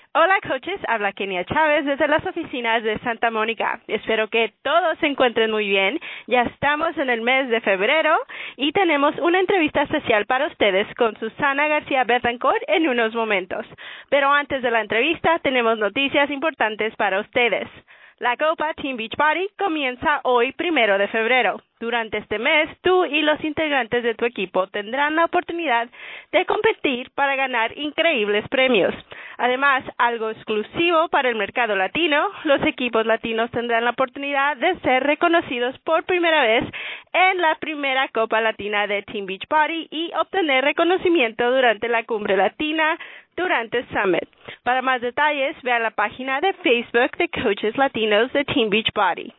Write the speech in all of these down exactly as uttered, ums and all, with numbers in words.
Hola coaches, habla Kenia Chávez desde las oficinas de Santa Mónica. Espero que todos se encuentren muy bien. Ya estamos en el mes de febrero y tenemos una entrevista especial para ustedes con Susana García Betancourt en unos momentos. Pero antes de la entrevista tenemos noticias importantes para ustedes. La Copa Team Beachbody comienza hoy, primero de febrero. Durante este mes, tú y los integrantes de tu equipo tendrán la oportunidad de competir para ganar increíbles premios. Además, algo exclusivo para el mercado latino, los equipos latinos tendrán la oportunidad de ser reconocidos por primera vez en la primera Copa Latina de Team Beachbody y obtener reconocimiento durante la Cumbre Latina durante Summit. Para más detalles, ve a la página de Facebook de Coaches Latinos de Team Beachbody.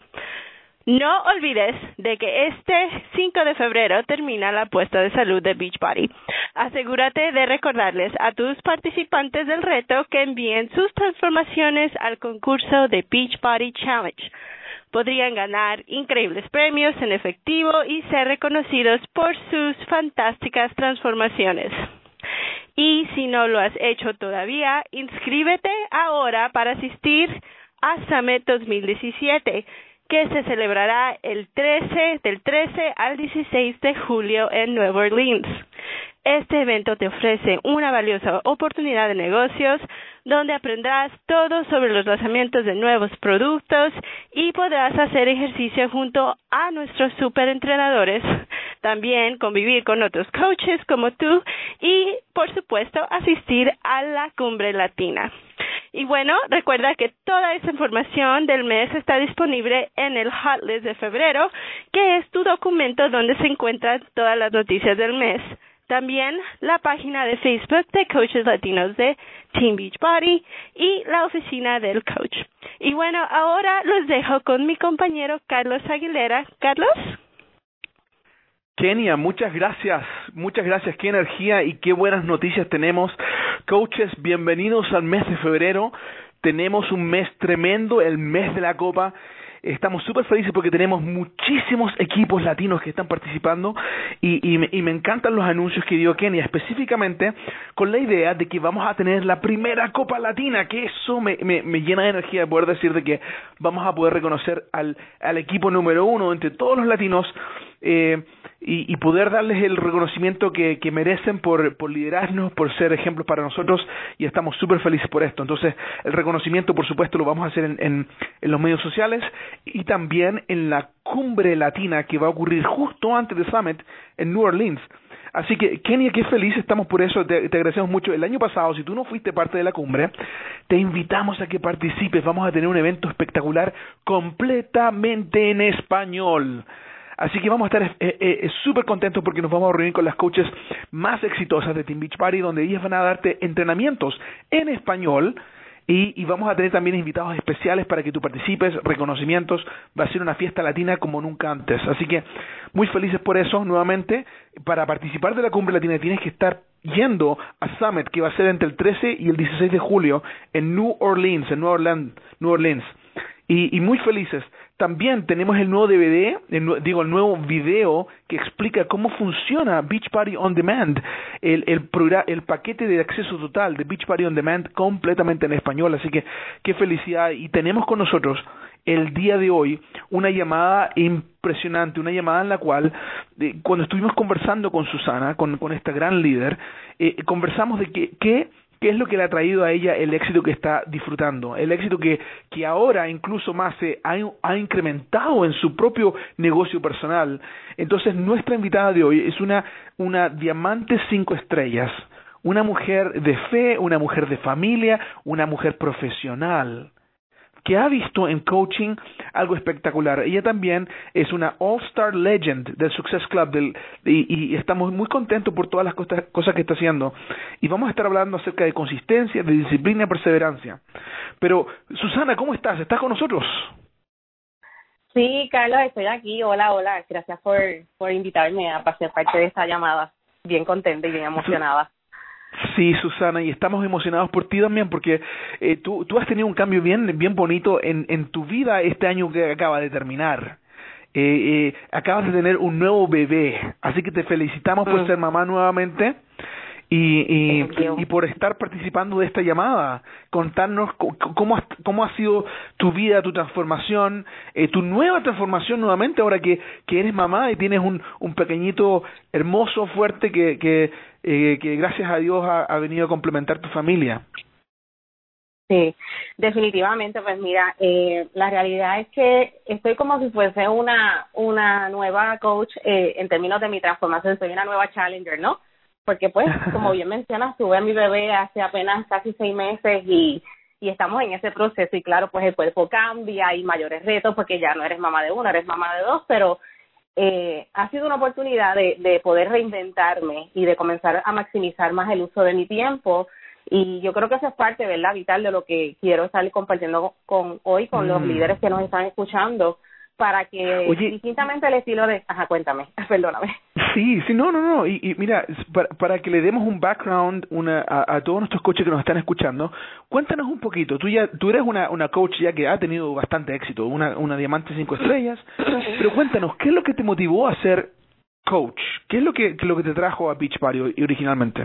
No olvides de que este cinco de febrero termina la apuesta de salud de Beachbody. Asegúrate de recordarles a tus participantes del reto que envíen sus transformaciones al concurso de Beachbody Challenge. Podrían ganar increíbles premios en efectivo y ser reconocidos por sus fantásticas transformaciones. Y si no lo has hecho todavía, inscríbete ahora para asistir a Summit dos mil diecisiete, que se celebrará el trece, del trece al dieciséis de julio en Nueva Orleans. Este evento te ofrece una valiosa oportunidad de negocios donde aprenderás todo sobre los lanzamientos de nuevos productos y podrás hacer ejercicio junto a nuestros superentrenadores. También convivir con otros coaches como tú y, por supuesto, asistir a la Cumbre Latina. Y bueno, recuerda que toda esa información del mes está disponible en el Hot List de febrero, que es tu documento donde se encuentran todas las noticias del mes. También la página de Facebook de Coaches Latinos de Team Beachbody y la oficina del coach. Y bueno, ahora los dejo con mi compañero Carlos Aguilera. Carlos. Kenia, muchas gracias, muchas gracias, qué energía y qué buenas noticias tenemos. Coaches, bienvenidos al mes de febrero. Tenemos un mes tremendo, el mes de la Copa. Estamos súper felices porque tenemos muchísimos equipos latinos que están participando y, y, me, y me encantan los anuncios que dio Kenia, específicamente con la idea de que vamos a tener la primera Copa Latina, que eso me, me, me llena de energía de poder decir de que vamos a poder reconocer al, al equipo número uno entre todos los latinos eh, y, y poder darles el reconocimiento que, que merecen por, por liderarnos, por ser ejemplos para nosotros, y estamos súper felices por esto. Entonces, el reconocimiento, por supuesto, lo vamos a hacer en, en, en los medios sociales y también en la Cumbre Latina que va a ocurrir justo antes de Summit en New Orleans. Así que, Kenia, qué feliz estamos por eso, te, te agradecemos mucho. El año pasado, si tú no fuiste parte de la cumbre, te invitamos a que participes. Vamos a tener un evento espectacular completamente en español. Así que vamos a estar eh, eh, súper contentos porque nos vamos a reunir con las coaches más exitosas de Team Beachbody, donde ellas van a darte entrenamientos en español y, y vamos a tener también invitados especiales para que tú participes, reconocimientos. Va a ser una fiesta latina como nunca antes. Así que muy felices por eso. Nuevamente, para participar de la Cumbre Latina tienes que estar yendo a Summit, que va a ser entre el trece y el dieciséis de julio en New Orleans, en New Orleans. New Orleans. Y, y muy felices. También tenemos el nuevo D V D, el, digo, el nuevo video que explica cómo funciona Beachbody On Demand, el, el, programa, el paquete de acceso total de Beachbody On Demand completamente en español. Así que qué felicidad. Y tenemos con nosotros el día de hoy una llamada impresionante, una llamada en la cual, eh, cuando estuvimos conversando con Susana, con, con esta gran líder, eh, conversamos de que, que ¿qué es lo que le ha traído a ella el éxito que está disfrutando? El éxito que, que ahora incluso más se ha, ha incrementado en su propio negocio personal. Entonces, nuestra invitada de hoy es una, una diamante cinco estrellas, una mujer de fe, una mujer de familia, una mujer profesional, que ha visto en coaching algo espectacular. Ella también es una All-Star Legend del Success Club del, y, y estamos muy contentos por todas las cosas, cosas que está haciendo. Y vamos a estar hablando acerca de consistencia, de disciplina y perseverancia. Pero, Susana, ¿cómo estás? ¿Estás con nosotros? Sí, Carlos, estoy aquí. Hola, hola. Gracias por, por invitarme a ser parte de esta llamada. Bien contenta y bien emocionada. Sí, Susana, y estamos emocionados por ti también, porque eh, tú, tú has tenido un cambio bien, bien bonito en, en tu vida este año que acaba de terminar. Eh, eh, acabas de tener un nuevo bebé, así que te felicitamos por mm. ser mamá nuevamente. y, y, y por estar participando de esta llamada. Contarnos cómo, has, cómo ha sido tu vida, tu transformación, eh, tu nueva transformación nuevamente ahora que, que eres mamá y tienes un, un pequeñito hermoso, fuerte, que, que, eh, que gracias a Dios ha, ha venido a complementar tu familia. Sí, definitivamente, pues mira, eh, la realidad es que estoy como si fuese una una nueva coach eh, en términos de mi transformación, soy una nueva challenger, ¿no? Porque pues, como bien mencionas, tuve a mi bebé hace apenas casi seis meses y, y estamos en ese proceso y claro, pues el cuerpo cambia, hay mayores retos porque ya no eres mamá de uno, eres mamá de dos, pero eh, ha sido una oportunidad de, de poder reinventarme y de comenzar a maximizar más el uso de mi tiempo. Y yo creo que eso es parte, ¿verdad?, vital de lo que quiero estar compartiendo con hoy con los mm. líderes que nos están escuchando, para que, Oye, distintamente el estilo de... Ajá, cuéntame, perdóname. Sí, sí, no, no, no. Y, y mira, para, para que le demos un background una, a, a todos nuestros coaches que nos están escuchando, cuéntanos un poquito. Tú ya, tú eres una, una coach ya que ha tenido bastante éxito, una, una diamante cinco estrellas, pero cuéntanos, ¿qué es lo que te motivó a ser coach? ¿Qué es lo que, que lo que te trajo a Beachbody originalmente?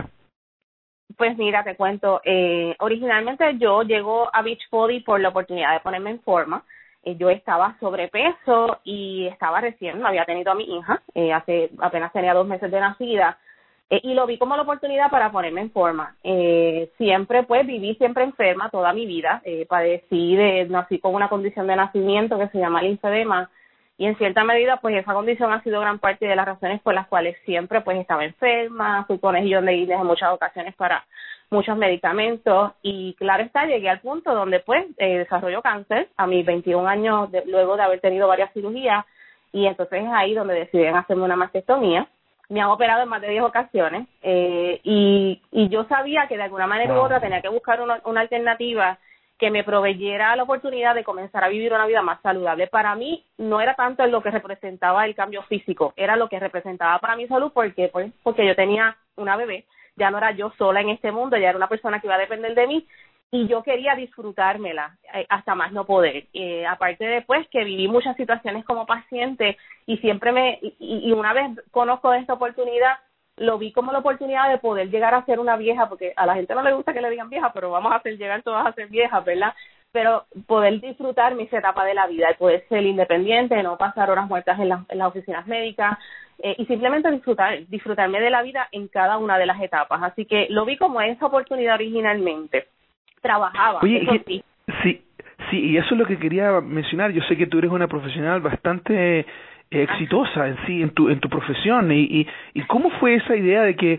Pues mira, te cuento, eh, originalmente yo llego a Beachbody por la oportunidad de ponerme en forma. Eh, yo estaba sobrepeso y estaba recién, no había tenido a mi hija, eh, hace apenas tenía dos meses de nacida, eh, y lo vi como la oportunidad para ponerme en forma. Eh, siempre, pues, viví siempre enferma toda mi vida, eh, padecí de, nací con una condición de nacimiento que se llama linfedema, y en cierta medida, pues, esa condición ha sido gran parte de las razones por las cuales siempre, pues, estaba enferma, fui conejillo de indias en muchas ocasiones para muchos medicamentos, y claro está, llegué al punto donde, pues, eh, desarrolló cáncer a mis veintiún años, de, luego de haber tenido varias cirugías, y entonces es ahí donde deciden hacerme una mastectomía. Me han operado en más de diez ocasiones, eh, y, y yo sabía que de alguna manera u otra tenía que buscar una, una alternativa que me proveyera la oportunidad de comenzar a vivir una vida más saludable. Para mí no era tanto lo que representaba el cambio físico, era lo que representaba para mi salud, porque pues porque yo tenía una bebé, ya no era yo sola en este mundo, ya era una persona que iba a depender de mí, y yo quería disfrutármela eh, hasta más no poder. Eh, aparte de pues que viví muchas situaciones como paciente y siempre me, y, y una vez conozco esta oportunidad, lo vi como la oportunidad de poder llegar a ser una vieja, porque a la gente no le gusta que le digan vieja, pero vamos a hacer llegar todas a ser viejas, ¿verdad? Pero poder disfrutar mi etapa de la vida, y poder ser independiente, no pasar horas muertas en, la, en las oficinas médicas, eh, y simplemente disfrutar, disfrutarme de la vida en cada una de las etapas. Así que lo vi como esa oportunidad originalmente. Trabajaba, Oye, eso sí. Sí, sí, y eso es lo que quería mencionar. Yo sé que tú eres una profesional bastante eh, exitosa en sí, en tu en tu profesión, y, y y cómo fue esa idea de que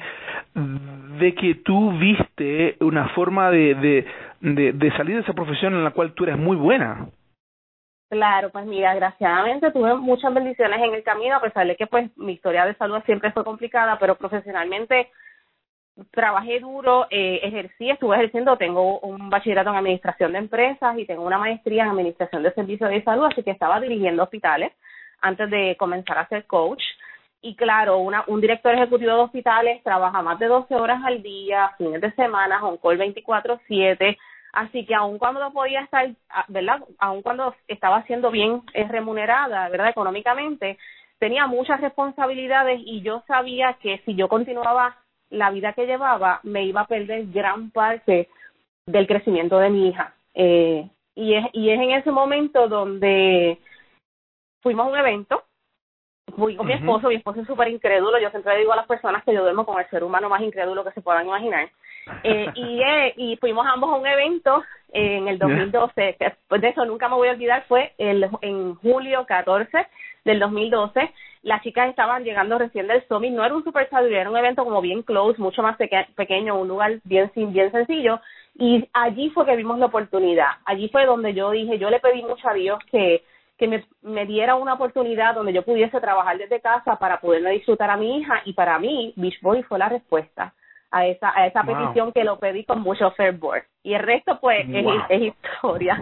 de que tú viste una forma de de de, de salir de esa profesión en la cual tú eres muy buena. Claro, pues mira, desgraciadamente tuve muchas bendiciones en el camino, a pesar de que pues mi historia de salud siempre fue complicada, pero profesionalmente trabajé duro, eh, ejercí, estuve ejerciendo, tengo un bachillerato en administración de empresas y tengo una maestría en administración de servicios de salud, así que estaba dirigiendo hospitales antes de comenzar a ser coach. Y claro, una, un director ejecutivo de hospitales trabaja más de doce horas al día, fines de semana, on call veinticuatro siete, así que aun cuando no podía estar, ¿verdad?, aun cuando estaba siendo bien remunerada, ¿verdad?, económicamente, tenía muchas responsabilidades y yo sabía que si yo continuaba la vida que llevaba, me iba a perder gran parte del crecimiento de mi hija. Eh, y, es, y es en ese momento donde fuimos a un evento, fui con uh-huh. mi esposo, mi esposo es súper incrédulo, yo siempre le digo a las personas que yo duermo con el ser humano más incrédulo que se puedan imaginar. Eh, y, eh, y fuimos ambos a un evento eh, en el dos mil doce, que después de eso nunca me voy a olvidar, fue el, en julio catorce del dos mil doce. Las chicas estaban llegando recién del Summit, no era un super saludable, era un evento como bien close, mucho más peque- pequeño, un lugar bien bien sencillo, y allí fue que vimos la oportunidad. Allí fue donde yo dije, yo le pedí mucho a Dios que que me, me diera una oportunidad donde yo pudiese trabajar desde casa para poderme disfrutar a mi hija, y para mí Beachbody fue la respuesta a esa a esa wow. petición, que lo pedí con mucho fervor, y el resto pues wow. es, es historia.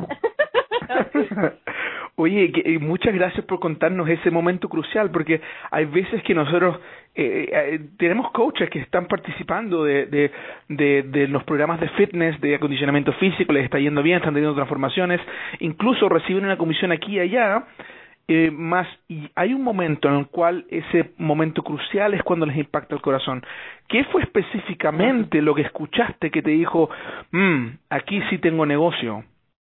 Oye, que, muchas gracias por contarnos ese momento crucial, porque hay veces que nosotros eh, eh, tenemos coaches que están participando de, de, de, de los programas de fitness, de acondicionamiento físico, les está yendo bien, están teniendo transformaciones, incluso reciben una comisión aquí y allá, eh, más, y hay un momento en el cual ese momento crucial es cuando les impacta el corazón. ¿Qué fue específicamente lo que escuchaste que te dijo, mm, aquí sí tengo negocio?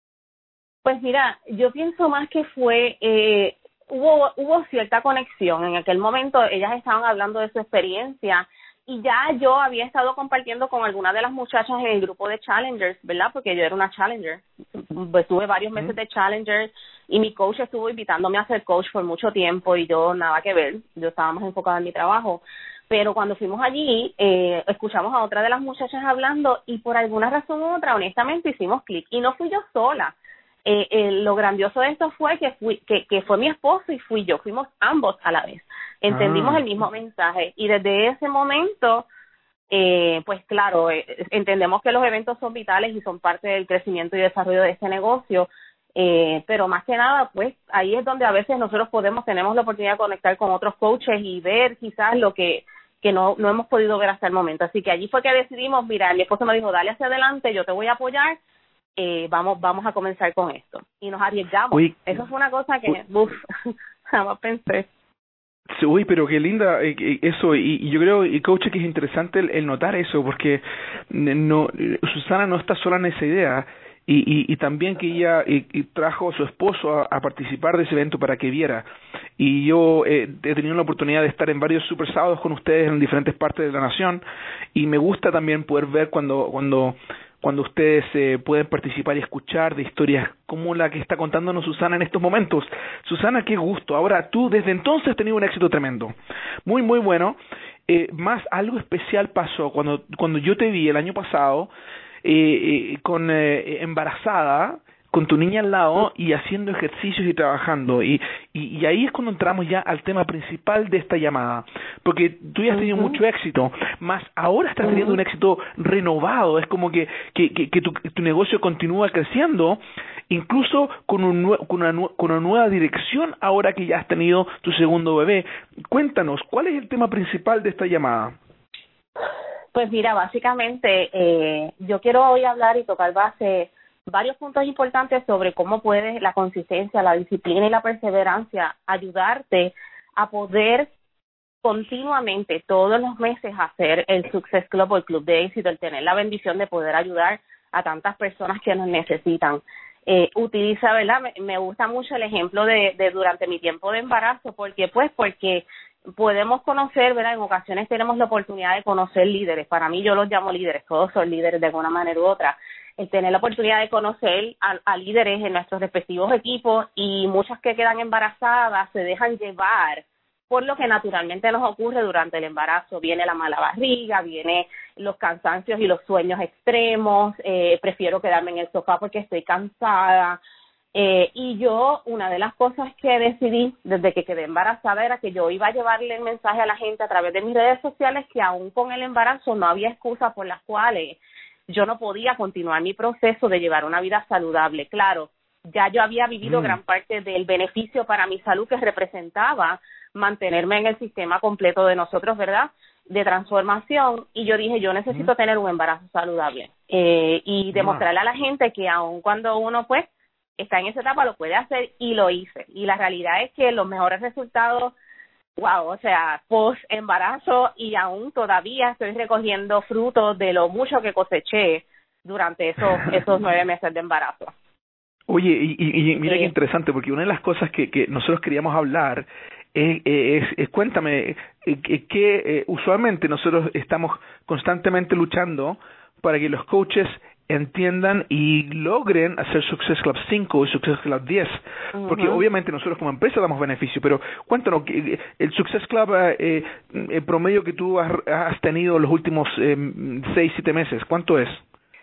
Pues mira, yo pienso más que fue, eh, hubo hubo cierta conexión. En aquel momento ellas estaban hablando de su experiencia y ya yo había estado compartiendo con algunas de las muchachas en el grupo de Challengers, ¿verdad? Porque yo era una Challenger. Pues tuve varios meses de Challengers y mi coach estuvo invitándome a ser coach por mucho tiempo y yo nada que ver, yo estaba más enfocada en mi trabajo. Pero cuando fuimos allí, eh, escuchamos a otra de las muchachas hablando y por alguna razón u otra, honestamente, hicimos clic. Y no fui yo sola. Eh, eh, lo grandioso de esto fue que fui que, que fue mi esposo y fui yo, fuimos ambos a la vez, entendimos Ah. el mismo mensaje y desde ese momento eh, pues claro, eh, entendemos que los eventos son vitales y son parte del crecimiento y desarrollo de este negocio, eh, pero más que nada pues ahí es donde a veces nosotros podemos, tenemos la oportunidad de conectar con otros coaches y ver quizás lo que que no, no hemos podido ver hasta el momento, así que allí fue que decidimos, mira, mi esposo me dijo, dale hacia adelante, yo te voy a apoyar. Eh, vamos vamos a comenzar con esto y nos arriesgamos. Uy, eso fue una cosa que uy, uf, jamás pensé. Sí, uy, pero qué linda eh, eh, eso, y, y yo creo, y coach, que es interesante el, el notar eso, porque no Susana no está sola en esa idea, y, y, y también que ella y, y trajo a su esposo a, a participar de ese evento para que viera, y yo eh, he tenido la oportunidad de estar en varios super sábados con ustedes en diferentes partes de la nación, y me gusta también poder ver cuando cuando cuando ustedes eh, pueden participar y escuchar de historias como la que está contándonos Susana en estos momentos. Susana, qué gusto. Ahora, tú desde entonces has tenido un éxito tremendo. Muy, muy bueno. Eh, más algo especial pasó cuando cuando yo te vi el año pasado eh, eh, con eh, embarazada, con tu niña al lado y haciendo ejercicios y trabajando. Y, y, y ahí es cuando entramos ya al tema principal de esta llamada. Porque tú ya has tenido uh-huh. mucho éxito, más ahora estás teniendo uh-huh. un éxito renovado. Es como que, que, que, que tu, tu negocio continúa creciendo, incluso con, un, con, una, con una nueva dirección ahora que ya has tenido tu segundo bebé. Cuéntanos, ¿cuál es el tema principal de esta llamada? Pues mira, básicamente eh, yo quiero hoy hablar y tocar base varios puntos importantes sobre cómo puede la consistencia, la disciplina y la perseverancia ayudarte a poder continuamente, todos los meses, hacer el Success Club o el Club de Éxito, el tener la bendición de poder ayudar a tantas personas que nos necesitan. Eh, utiliza, ¿verdad? Me, me gusta mucho el ejemplo de, de durante mi tiempo de embarazo, porque pues porque podemos conocer, ¿verdad? En ocasiones tenemos la oportunidad de conocer líderes. Para mí yo los llamo líderes, todos son líderes de alguna manera u otra. El tener la oportunidad de conocer a, a líderes en nuestros respectivos equipos y muchas que quedan embarazadas se dejan llevar por lo que naturalmente nos ocurre durante el embarazo. Viene la mala barriga, viene los cansancios y los sueños extremos, eh, prefiero quedarme en el sofá porque estoy cansada. Eh, y yo, una de las cosas que decidí desde que quedé embarazada era que yo iba a llevarle el mensaje a la gente a través de mis redes sociales que aún con el embarazo no había excusas por las cuales yo no podía continuar mi proceso de llevar una vida saludable. Claro, ya yo había vivido mm. gran parte del beneficio para mi salud que representaba mantenerme en el sistema completo de nosotros, ¿verdad?, de transformación, y yo dije, yo necesito mm. tener un embarazo saludable eh, y demostrarle a la gente que aun cuando uno, pues, está en esa etapa, lo puede hacer, y lo hice. Y la realidad es que los mejores resultados, wow, o sea, post embarazo, y aún todavía estoy recogiendo frutos de lo mucho que coseché durante esos esos nueve meses de embarazo. Oye, y, y, y mira eh, qué interesante, porque una de las cosas que, que nosotros queríamos hablar es, es, es cuéntame, que, que eh, usualmente nosotros estamos constantemente luchando para que los coaches entiendan y logren hacer Success Club cinco y Success Club diez, uh-huh. porque obviamente nosotros como empresa damos beneficio, pero cuéntanos, el Success Club eh, el promedio que tú has, has tenido los últimos eh, seis, siete meses, ¿cuánto es?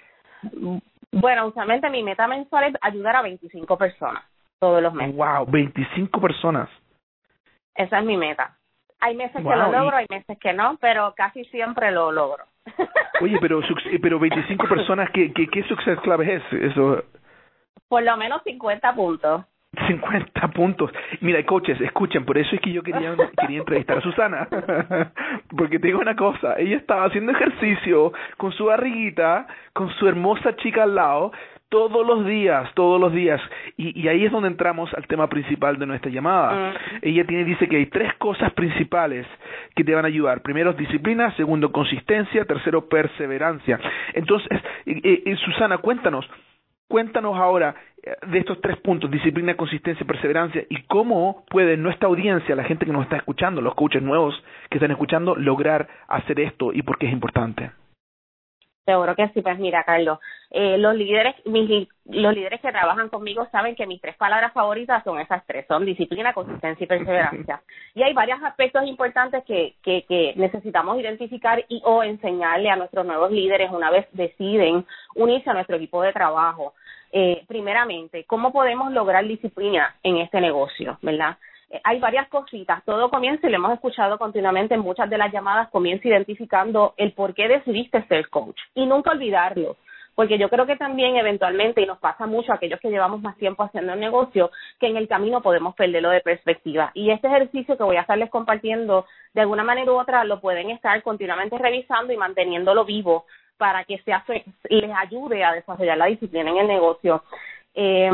Bueno, usualmente mi meta mensual es ayudar a veinticinco personas todos los meses. Wow, veinticinco personas. Esa es mi meta. Hay meses wow, que lo logro, y... hay meses que no, pero casi siempre lo logro. Oye, pero pero veinticinco personas, ¿qué, qué, qué Success Club es? Eso. Por lo menos cincuenta puntos. cincuenta puntos. Mira, coaches, escuchen, por eso es que yo quería quería entrevistar a Susana. Porque te digo una cosa, ella estaba haciendo ejercicio con su barriguita, con su hermosa chica al lado, Todos los días, todos los días. Y, y ahí es donde entramos al tema principal de nuestra llamada. Uh-huh. Ella tiene, dice que hay tres cosas principales que te van a ayudar. Primero, disciplina. Segundo, consistencia. Tercero, perseverancia. Entonces, eh, eh, Susana, cuéntanos. Cuéntanos ahora de estos tres puntos, disciplina, consistencia, perseverancia, y cómo puede nuestra audiencia, la gente que nos está escuchando, los coaches nuevos que están escuchando, lograr hacer esto y por qué es importante. Seguro que sí. Pues mira, Carlos, eh, los líderes mis, los líderes que trabajan conmigo saben que mis tres palabras favoritas son esas tres, son disciplina, consistencia y perseverancia. Y hay varios aspectos importantes que, que, que necesitamos identificar y o enseñarle a nuestros nuevos líderes una vez deciden unirse a nuestro equipo de trabajo. Eh, primeramente, ¿cómo podemos lograr disciplina en este negocio, verdad? Hay varias cositas. Todo comienza, y lo hemos escuchado continuamente en muchas de las llamadas, comienza identificando el por qué decidiste ser coach. Y nunca olvidarlo, porque yo creo que también eventualmente, y nos pasa mucho a aquellos que llevamos más tiempo haciendo el negocio, que en el camino podemos perderlo de perspectiva. Y este ejercicio que voy a estarles compartiendo, de alguna manera u otra, lo pueden estar continuamente revisando y manteniéndolo vivo para que se hace, les ayude a desarrollar la disciplina en el negocio. Eh,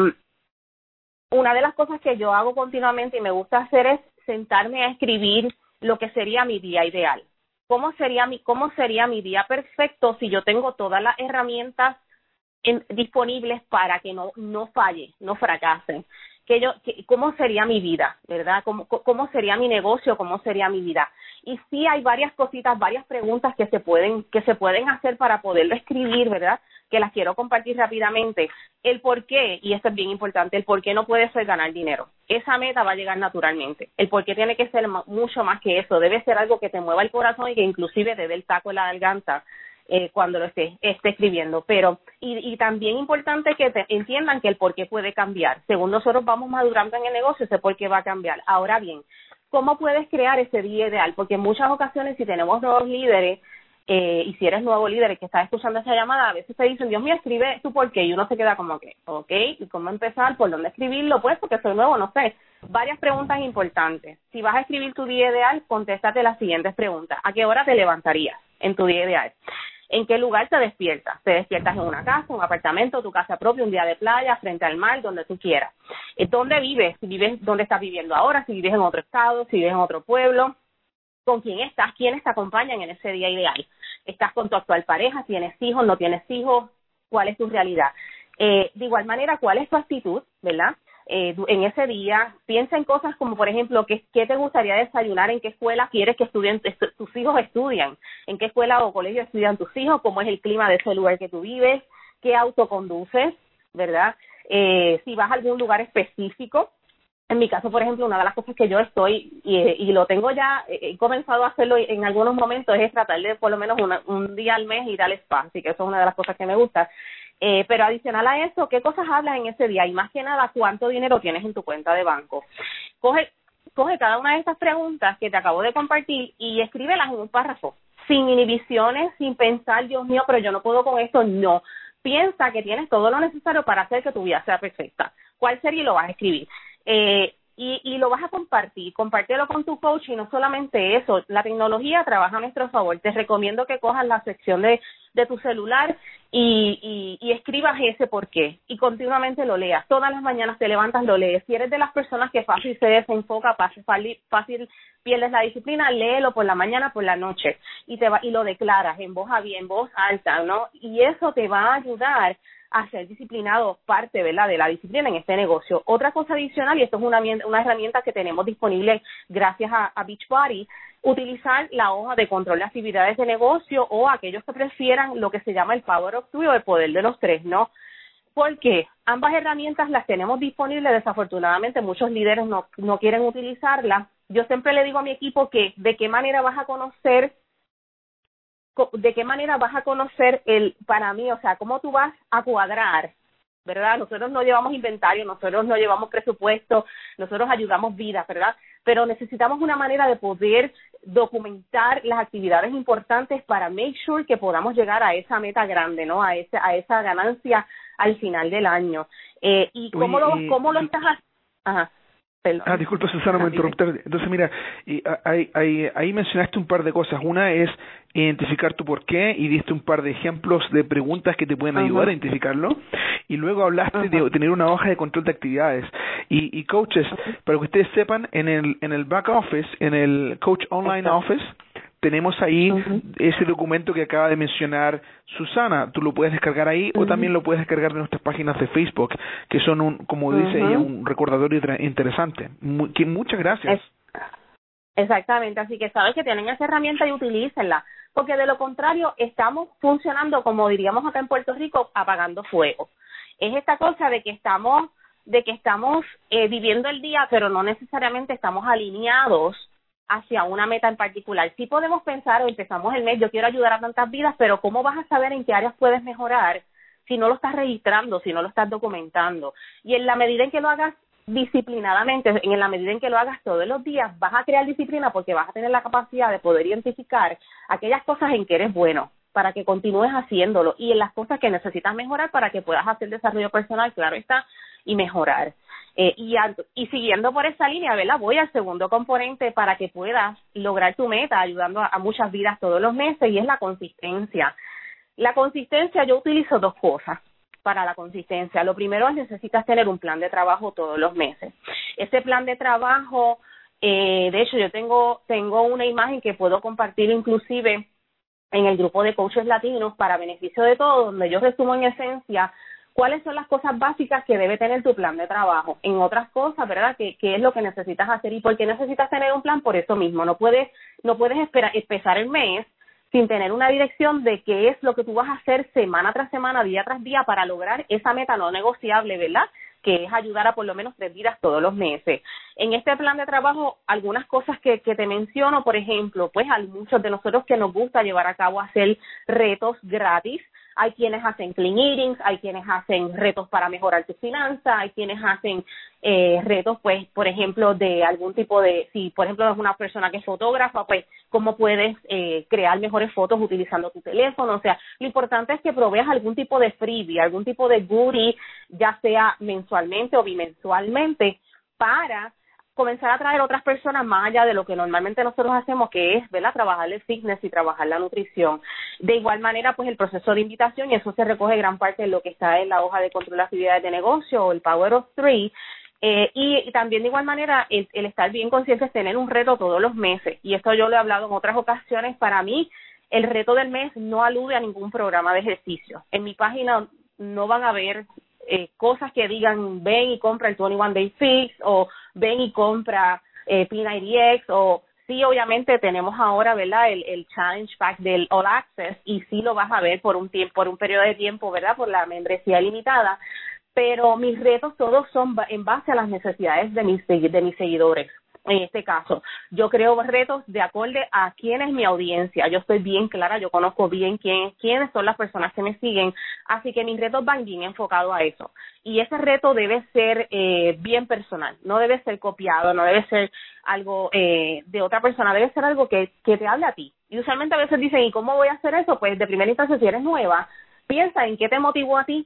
Una de las cosas que yo hago continuamente y me gusta hacer es sentarme a escribir lo que sería mi día ideal. ¿Cómo sería mi, cómo sería mi día perfecto si yo tengo todas las herramientas en, disponibles para que no, no falle, no fracase? Que yo, que, ¿Cómo sería mi vida, verdad? ¿Cómo, ¿Cómo sería mi negocio? ¿Cómo sería mi vida? Y sí hay varias cositas, varias preguntas que se pueden, que se pueden hacer para poderlo escribir, ¿verdad? Que las quiero compartir rápidamente. El por qué, y esto es bien importante, el por qué no puede ser ganar dinero. Esa meta va a llegar naturalmente. El por qué tiene que ser mucho más que eso. Debe ser algo que te mueva el corazón y que inclusive te dé el taco en la garganta eh, cuando lo esté, esté escribiendo. Pero, y, y también importante que te entiendan que el por qué puede cambiar. Según nosotros vamos madurando en el negocio, ese por qué va a cambiar. Ahora bien, ¿cómo puedes crear ese día ideal? Porque en muchas ocasiones, si tenemos nuevos líderes, Eh, y si eres nuevo líder y que estás escuchando esa llamada, a veces te dicen, Dios mío, escribe tu por qué, y uno se queda como que, ok, ¿y cómo empezar? ¿Por dónde escribirlo? Pues porque soy nuevo, no sé. Varias preguntas importantes. Si vas a escribir tu día ideal, contéstate las siguientes preguntas. ¿A qué hora te levantarías en tu día ideal? ¿En qué lugar te despiertas? ¿Te despiertas en una casa, un apartamento, tu casa propia, un día de playa, frente al mar, donde tú quieras? ¿Dónde vives? Si vives, ¿dónde estás viviendo ahora? Si vives en otro estado, si vives en otro pueblo. ¿Con quién estás? ¿Quiénes te acompañan en ese día ideal? ¿Estás con tu actual pareja? ¿Tienes hijos? ¿No tienes hijos? ¿Cuál es tu realidad? Eh, de igual manera, ¿cuál es tu actitud, verdad? Eh, en ese día, piensa en cosas como, por ejemplo, ¿qué, qué te gustaría desayunar? ¿En qué escuela quieres que estudien, estu, tus hijos estudian? ¿En qué escuela o colegio estudian tus hijos? ¿Cómo es el clima de ese lugar que tú vives? ¿Qué auto conduces, verdad? Eh, si vas a algún lugar específico. En mi caso, por ejemplo, una de las cosas que yo estoy, y, y lo tengo ya, he comenzado a hacerlo en algunos momentos, es tratar de por lo menos una, un día al mes ir al spa, así que eso es una de las cosas que me gusta. Eh, pero adicional a eso, ¿qué cosas hablas en ese día? Y más que nada, ¿cuánto dinero tienes en tu cuenta de banco? Coge, coge cada una de estas preguntas que te acabo de compartir y escríbelas en un párrafo, sin inhibiciones, sin pensar, Dios mío, pero yo no puedo con esto, no. Piensa que tienes todo lo necesario para hacer que tu vida sea perfecta. ¿Cuál sería? Y lo vas a escribir. Eh, y, y lo vas a compartir, compártelo con tu coach y no solamente eso, la tecnología trabaja a nuestro favor. Te recomiendo que cojas la sección de, de tu celular y, y, y escribas ese por qué y continuamente lo leas. Todas las mañanas te levantas, lo lees. Si eres de las personas que fácil se desenfoca, fácil, fácil pierdes la disciplina, léelo por la mañana, por la noche y te va, y lo declaras en voz abierta, en voz alta, ¿no? Y eso te va a ayudar a ser disciplinado, parte, ¿verdad?, de la disciplina en este negocio. Otra cosa adicional, y esto es una, una herramienta que tenemos disponible gracias a, a Beachbody, utilizar la hoja de control de actividades de negocio o aquellos que prefieran lo que se llama el Power of Three o el poder de los tres, ¿no? Porque ambas herramientas las tenemos disponibles, desafortunadamente muchos líderes no, no quieren utilizarlas. Yo siempre le digo a mi equipo que de qué manera vas a conocer de qué manera vas a conocer el, para mí, o sea, cómo tú vas a cuadrar, ¿verdad? Nosotros no llevamos inventario, nosotros no llevamos presupuesto, nosotros ayudamos vidas, ¿verdad? Pero necesitamos una manera de poder documentar las actividades importantes para make sure que podamos llegar a esa meta grande, ¿no? A esa, a esa ganancia al final del año. Eh, ¿Y cómo, Oye, lo, cómo lo estás haciendo? Ajá. Perdón. Ah, disculpa, Susana, me interrumpí. Entonces, mira, y, ahí, ahí, ahí mencionaste un par de cosas. Una es identificar tu porqué y diste un par de ejemplos de preguntas que te pueden ayudar uh-huh. a identificarlo. Y luego hablaste uh-huh. de tener una hoja de control de actividades. Y, y coaches, uh-huh. para que ustedes sepan, en el, en el back office, en el Coach Online Exacto. Office, tenemos ahí uh-huh. ese documento que acaba de mencionar Susana. Tú lo puedes descargar ahí uh-huh. o también lo puedes descargar de nuestras páginas de Facebook, que son, un, como uh-huh. dice ella, un recordatorio interesante. Muy, que muchas gracias. Es, exactamente, así que sabes que tienen esa herramienta y utilícenla, porque de lo contrario estamos funcionando, como diríamos acá en Puerto Rico, apagando fuego. Es esta cosa de que estamos, de que estamos eh, viviendo el día, pero no necesariamente estamos alineados hacia una meta en particular. Sí podemos pensar, o empezamos el mes, yo quiero ayudar a tantas vidas, pero ¿cómo vas a saber en qué áreas puedes mejorar si no lo estás registrando, si no lo estás documentando? Y en la medida en que lo hagas disciplinadamente, en la medida en que lo hagas todos los días, vas a crear disciplina porque vas a tener la capacidad de poder identificar aquellas cosas en que eres bueno, para que continúes haciéndolo, y en las cosas que necesitas mejorar para que puedas hacer desarrollo personal, claro está, y mejorar. Eh, y, a, y siguiendo por esa línea, ¿verdad? Voy al segundo componente para que puedas lograr tu meta, ayudando a, a muchas vidas todos los meses, y es la consistencia. La consistencia, yo utilizo dos cosas para la consistencia. Lo primero es necesitas tener un plan de trabajo todos los meses. Ese plan de trabajo, eh, de hecho, yo tengo, tengo una imagen que puedo compartir inclusive en el grupo de coaches latinos para beneficio de todos, donde yo resumo en esencia cuáles son las cosas básicas que debe tener tu plan de trabajo. En otras cosas, ¿verdad? ¿Qué, qué es lo que necesitas hacer y por qué necesitas tener un plan? Por eso mismo, no puedes, no puedes esperar, empezar el mes sin tener una dirección de qué es lo que tú vas a hacer semana tras semana, día tras día, para lograr esa meta no negociable, ¿verdad?, que es ayudar a por lo menos tres vidas todos los meses. En este plan de trabajo, algunas cosas que, que te menciono, por ejemplo, pues a muchos de nosotros que nos gusta llevar a cabo hacer retos gratis. Hay quienes hacen clean eatings, hay quienes hacen retos para mejorar tu finanza, hay quienes hacen eh, retos, pues, por ejemplo, de algún tipo de, si por ejemplo es una persona que es fotógrafa, pues, cómo puedes eh, crear mejores fotos utilizando tu teléfono. O sea, lo importante es que proveas algún tipo de freebie, algún tipo de goodie, ya sea mensualmente o bimensualmente, para comenzar a traer otras personas más allá de lo que normalmente nosotros hacemos, que es, ¿verdad?, trabajar el fitness y trabajar la nutrición. De igual manera, pues el proceso de invitación, y eso se recoge gran parte de lo que está en la hoja de control de actividades de negocio o el Power of Three. Eh, y, y también de igual manera el, el estar bien consciente es tener un reto todos los meses, y esto yo lo he hablado en otras ocasiones. Para mí el reto del mes no alude a ningún programa de ejercicio. En mi página no van a ver eh, cosas que digan ven y compra el veintiuno Day Fix o ven y compra eh, P noventa X, o sí, obviamente tenemos ahora, ¿verdad?, el, el Challenge Pack del All Access, y sí lo vas a ver por un tiempo, por un periodo de tiempo, ¿verdad?, por la membresía limitada. Pero mis retos todos son en base a las necesidades de mis, de mis seguidores. En este caso, yo creo retos de acorde a quién es mi audiencia. Yo estoy bien clara, yo conozco bien quién, quiénes son las personas que me siguen, así que mis retos van bien enfocados a eso. Y ese reto debe ser eh, bien personal, no debe ser copiado, no debe ser algo eh, de otra persona, debe ser algo que, que te hable a ti. Y usualmente a veces dicen, ¿y cómo voy a hacer eso? Pues de primera instancia, si eres nueva, piensa en qué te motivó a ti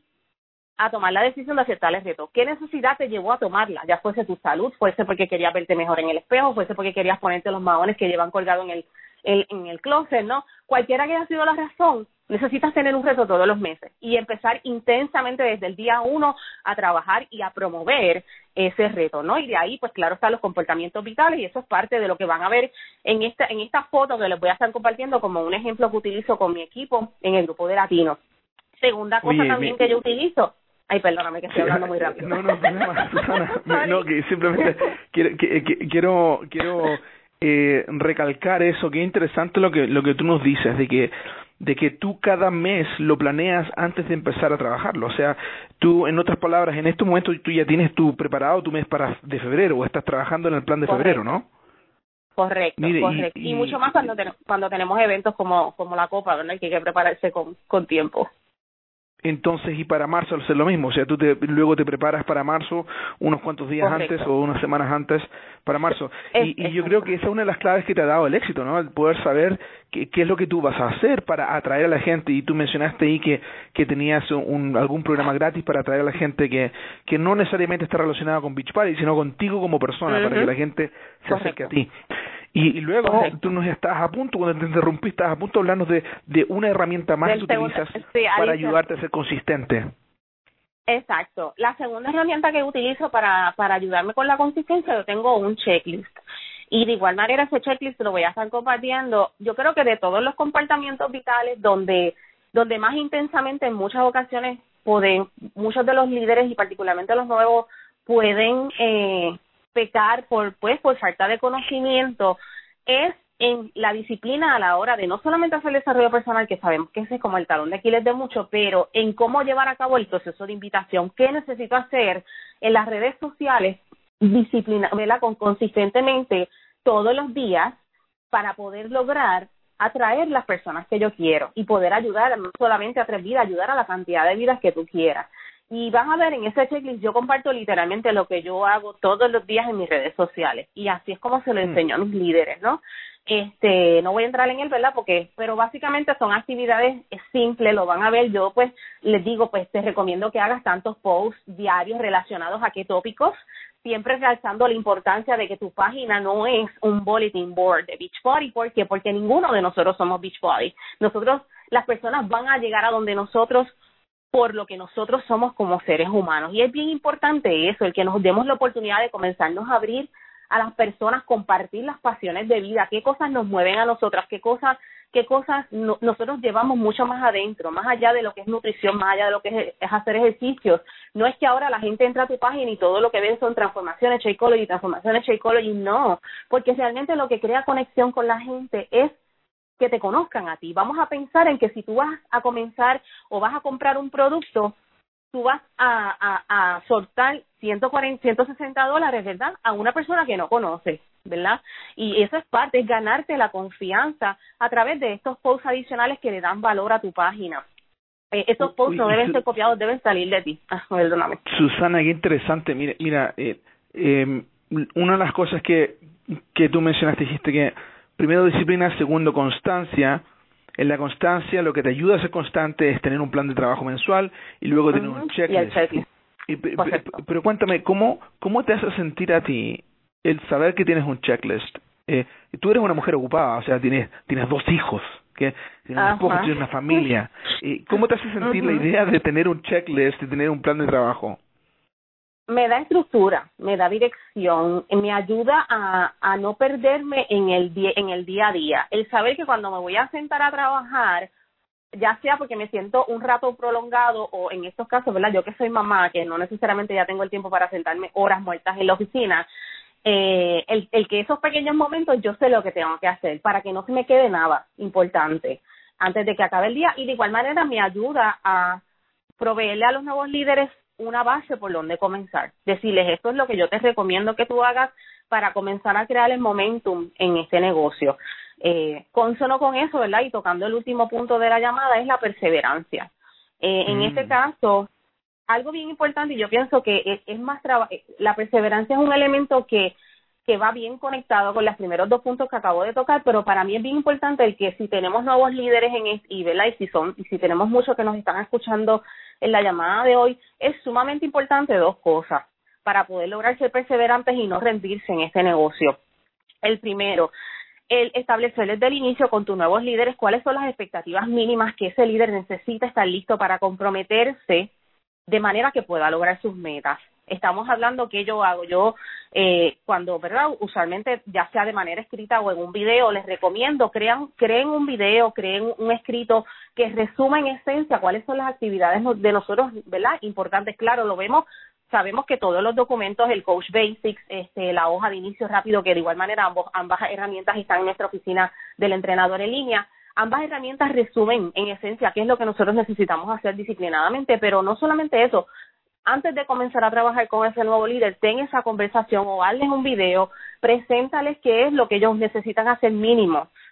a tomar la decisión de aceptar el reto. ¿Qué necesidad te llevó a tomarla? Ya fuese tu salud, fuese porque querías verte mejor en el espejo, fuese porque querías ponerte los maones que llevan colgado en el, el, en el closet, ¿no? Cualquiera que haya sido la razón, necesitas tener un reto todos los meses y empezar intensamente desde el día uno a trabajar y a promover ese reto, ¿no? Y de ahí, pues claro, están los comportamientos vitales, y eso es parte de lo que van a ver en esta, en esta foto que les voy a estar compartiendo como un ejemplo que utilizo con mi equipo en el grupo de latinos. Segunda cosa Oye, también me... que yo utilizo. Ay, perdóname que estoy hablando muy rápido. No, no, problema, Susana. No, que simplemente quiero, que, que, quiero, quiero eh, recalcar eso. Qué interesante lo que lo que tú nos dices, de que de que tú cada mes lo planeas antes de empezar a trabajarlo. O sea, tú, en otras palabras, en este momento tú ya tienes tu preparado tu mes para de febrero, o estás trabajando en el plan de Correcto. febrero, ¿no? Correcto, Mire, correcto. Y, y, y mucho más cuando, ten, cuando tenemos eventos como como la Copa, ¿verdad? Que hay que prepararse con, con tiempo. Entonces, y para marzo hacer lo mismo, o sea, tú te, luego te preparas para marzo unos cuantos días Correcto. antes o unas semanas antes para marzo. Es, Y, y yo creo que esa es una de las claves que te ha dado el éxito, ¿no? El poder saber qué, qué es lo que tú vas a hacer para atraer a la gente. Y tú mencionaste ahí que, que tenías un, algún programa gratis para atraer a la gente que, que no necesariamente está relacionada con Beachbody, sino contigo como persona, uh-huh. para que la gente se Correcto. acerque a ti. Y, y luego Correcto. tú nos estás a punto, cuando te interrumpí, estás a punto de hablarnos de, de una herramienta más Del que utilizas segundo, sí, para ayudarte a ser consistente. Exacto. La segunda herramienta que utilizo para, para ayudarme con la consistencia, yo tengo un checklist. Y de igual manera ese checklist lo voy a estar compartiendo. Yo creo que de todos los comportamientos vitales donde, donde más intensamente en muchas ocasiones pueden, muchos de los líderes y particularmente los nuevos pueden eh, pecar por, pues, por falta de conocimiento, es en la disciplina a la hora de no solamente hacer el desarrollo personal, que sabemos que ese es como el talón de Aquiles de mucho, pero en cómo llevar a cabo el proceso de invitación, qué necesito hacer en las redes sociales, disciplina, ¿verdad? Con, consistentemente todos los días para poder lograr atraer las personas que yo quiero y poder ayudar no solamente a tres vidas, ayudar a la cantidad de vidas que tú quieras. Y van a ver en ese checklist, yo comparto literalmente lo que yo hago todos los días en mis redes sociales y así es como se lo enseño a mis líderes, ¿no? Este, no voy a entrar en él, ¿verdad? Porque, pero básicamente son actividades simples, lo van a ver. Yo pues les digo, pues te recomiendo que hagas tantos posts diarios relacionados a qué tópicos, siempre realzando la importancia de que tu página no es un bulletin board de Beachbody. ¿Por qué? Porque ninguno de nosotros somos Beachbody. Nosotros, las personas van a llegar a donde nosotros por lo que nosotros somos como seres humanos. Y es bien importante eso, el que nos demos la oportunidad de comenzarnos a abrir a las personas, compartir las pasiones de vida, qué cosas nos mueven a nosotras, qué cosas, qué cosas no, nosotros llevamos mucho más adentro, más allá de lo que es nutrición, más allá de lo que es, es hacer ejercicios. No es que ahora la gente entra a tu página y todo lo que ven son transformaciones Shakeology, transformaciones Shakeology, no, porque realmente lo que crea conexión con la gente es que te conozcan a ti. Vamos a pensar en que si tú vas a comenzar o vas a comprar un producto, tú vas a, a, a soltar ciento cuarenta, ciento sesenta dólares, ¿verdad? A una persona que no conoces, ¿verdad? Y eso es parte, es ganarte la confianza a través de estos posts adicionales que le dan valor a tu página. Eh, esos posts no deben ser copiados, deben salir de ti. Ah, perdóname. Susana, qué interesante. Mira, mira eh, eh, una de las cosas que, que tú mencionaste, dijiste que primero disciplina, segundo constancia. En la constancia lo que te ayuda a ser constante es tener un plan de trabajo mensual y luego tener uh-huh. un checklist. Y el checklist. Y, pero, pero cuéntame, ¿cómo, ¿cómo te hace sentir a ti el saber que tienes un checklist? Eh, tú eres una mujer ocupada, o sea, tienes tienes dos hijos, que tienes un esposo, tienes una familia. Eh, ¿Cómo te hace sentir uh-huh. la idea de tener un checklist, de tener un plan de trabajo? Me da estructura, me da dirección, me ayuda a, a no perderme en el, día, en el día a día. El saber que cuando me voy a sentar a trabajar, ya sea porque me siento un rato prolongado o en estos casos, ¿verdad? Yo que soy mamá, que no necesariamente ya tengo el tiempo para sentarme horas muertas en la oficina, eh, el, el que esos pequeños momentos yo sé lo que tengo que hacer para que no se me quede nada importante antes de que acabe el día y de igual manera me ayuda a proveerle a los nuevos líderes una base por donde comenzar. Decirles, esto es lo que yo te recomiendo que tú hagas para comenzar a crear el momentum en este negocio. Eh, consono con eso, ¿verdad? Y tocando el último punto de la llamada es la perseverancia. Eh, en mm. este caso, algo bien importante, y yo pienso que es, es más traba- la perseverancia es un elemento que que va bien conectado con los primeros dos puntos que acabo de tocar, pero para mí es bien importante el que si tenemos nuevos líderes en es, y, ¿verdad? y si son y si tenemos muchos que nos están escuchando en la llamada de hoy, es sumamente importante dos cosas para poder lograr ser perseverantes y no rendirse en este negocio. El primero, el establecer desde el inicio con tus nuevos líderes cuáles son las expectativas mínimas que ese líder necesita estar listo para comprometerse de manera que pueda lograr sus metas. Estamos hablando que yo hago, yo eh, cuando, ¿verdad? Usualmente ya sea de manera escrita o en un video, les recomiendo, crean, creen un video, creen un escrito que resuma en esencia cuáles son las actividades de nosotros, ¿verdad? Importantes, claro, lo vemos, sabemos que todos los documentos, el Coach Basics, este, la hoja de inicio rápido, que de igual manera ambos, ambas herramientas están en nuestra oficina del entrenador en línea, ambas herramientas resumen en esencia qué es lo que nosotros necesitamos hacer disciplinadamente, pero no solamente eso. Antes de comenzar a trabajar con ese nuevo líder, ten esa conversación o hazles un video, preséntales qué es lo que ellos necesitan hacer mínimo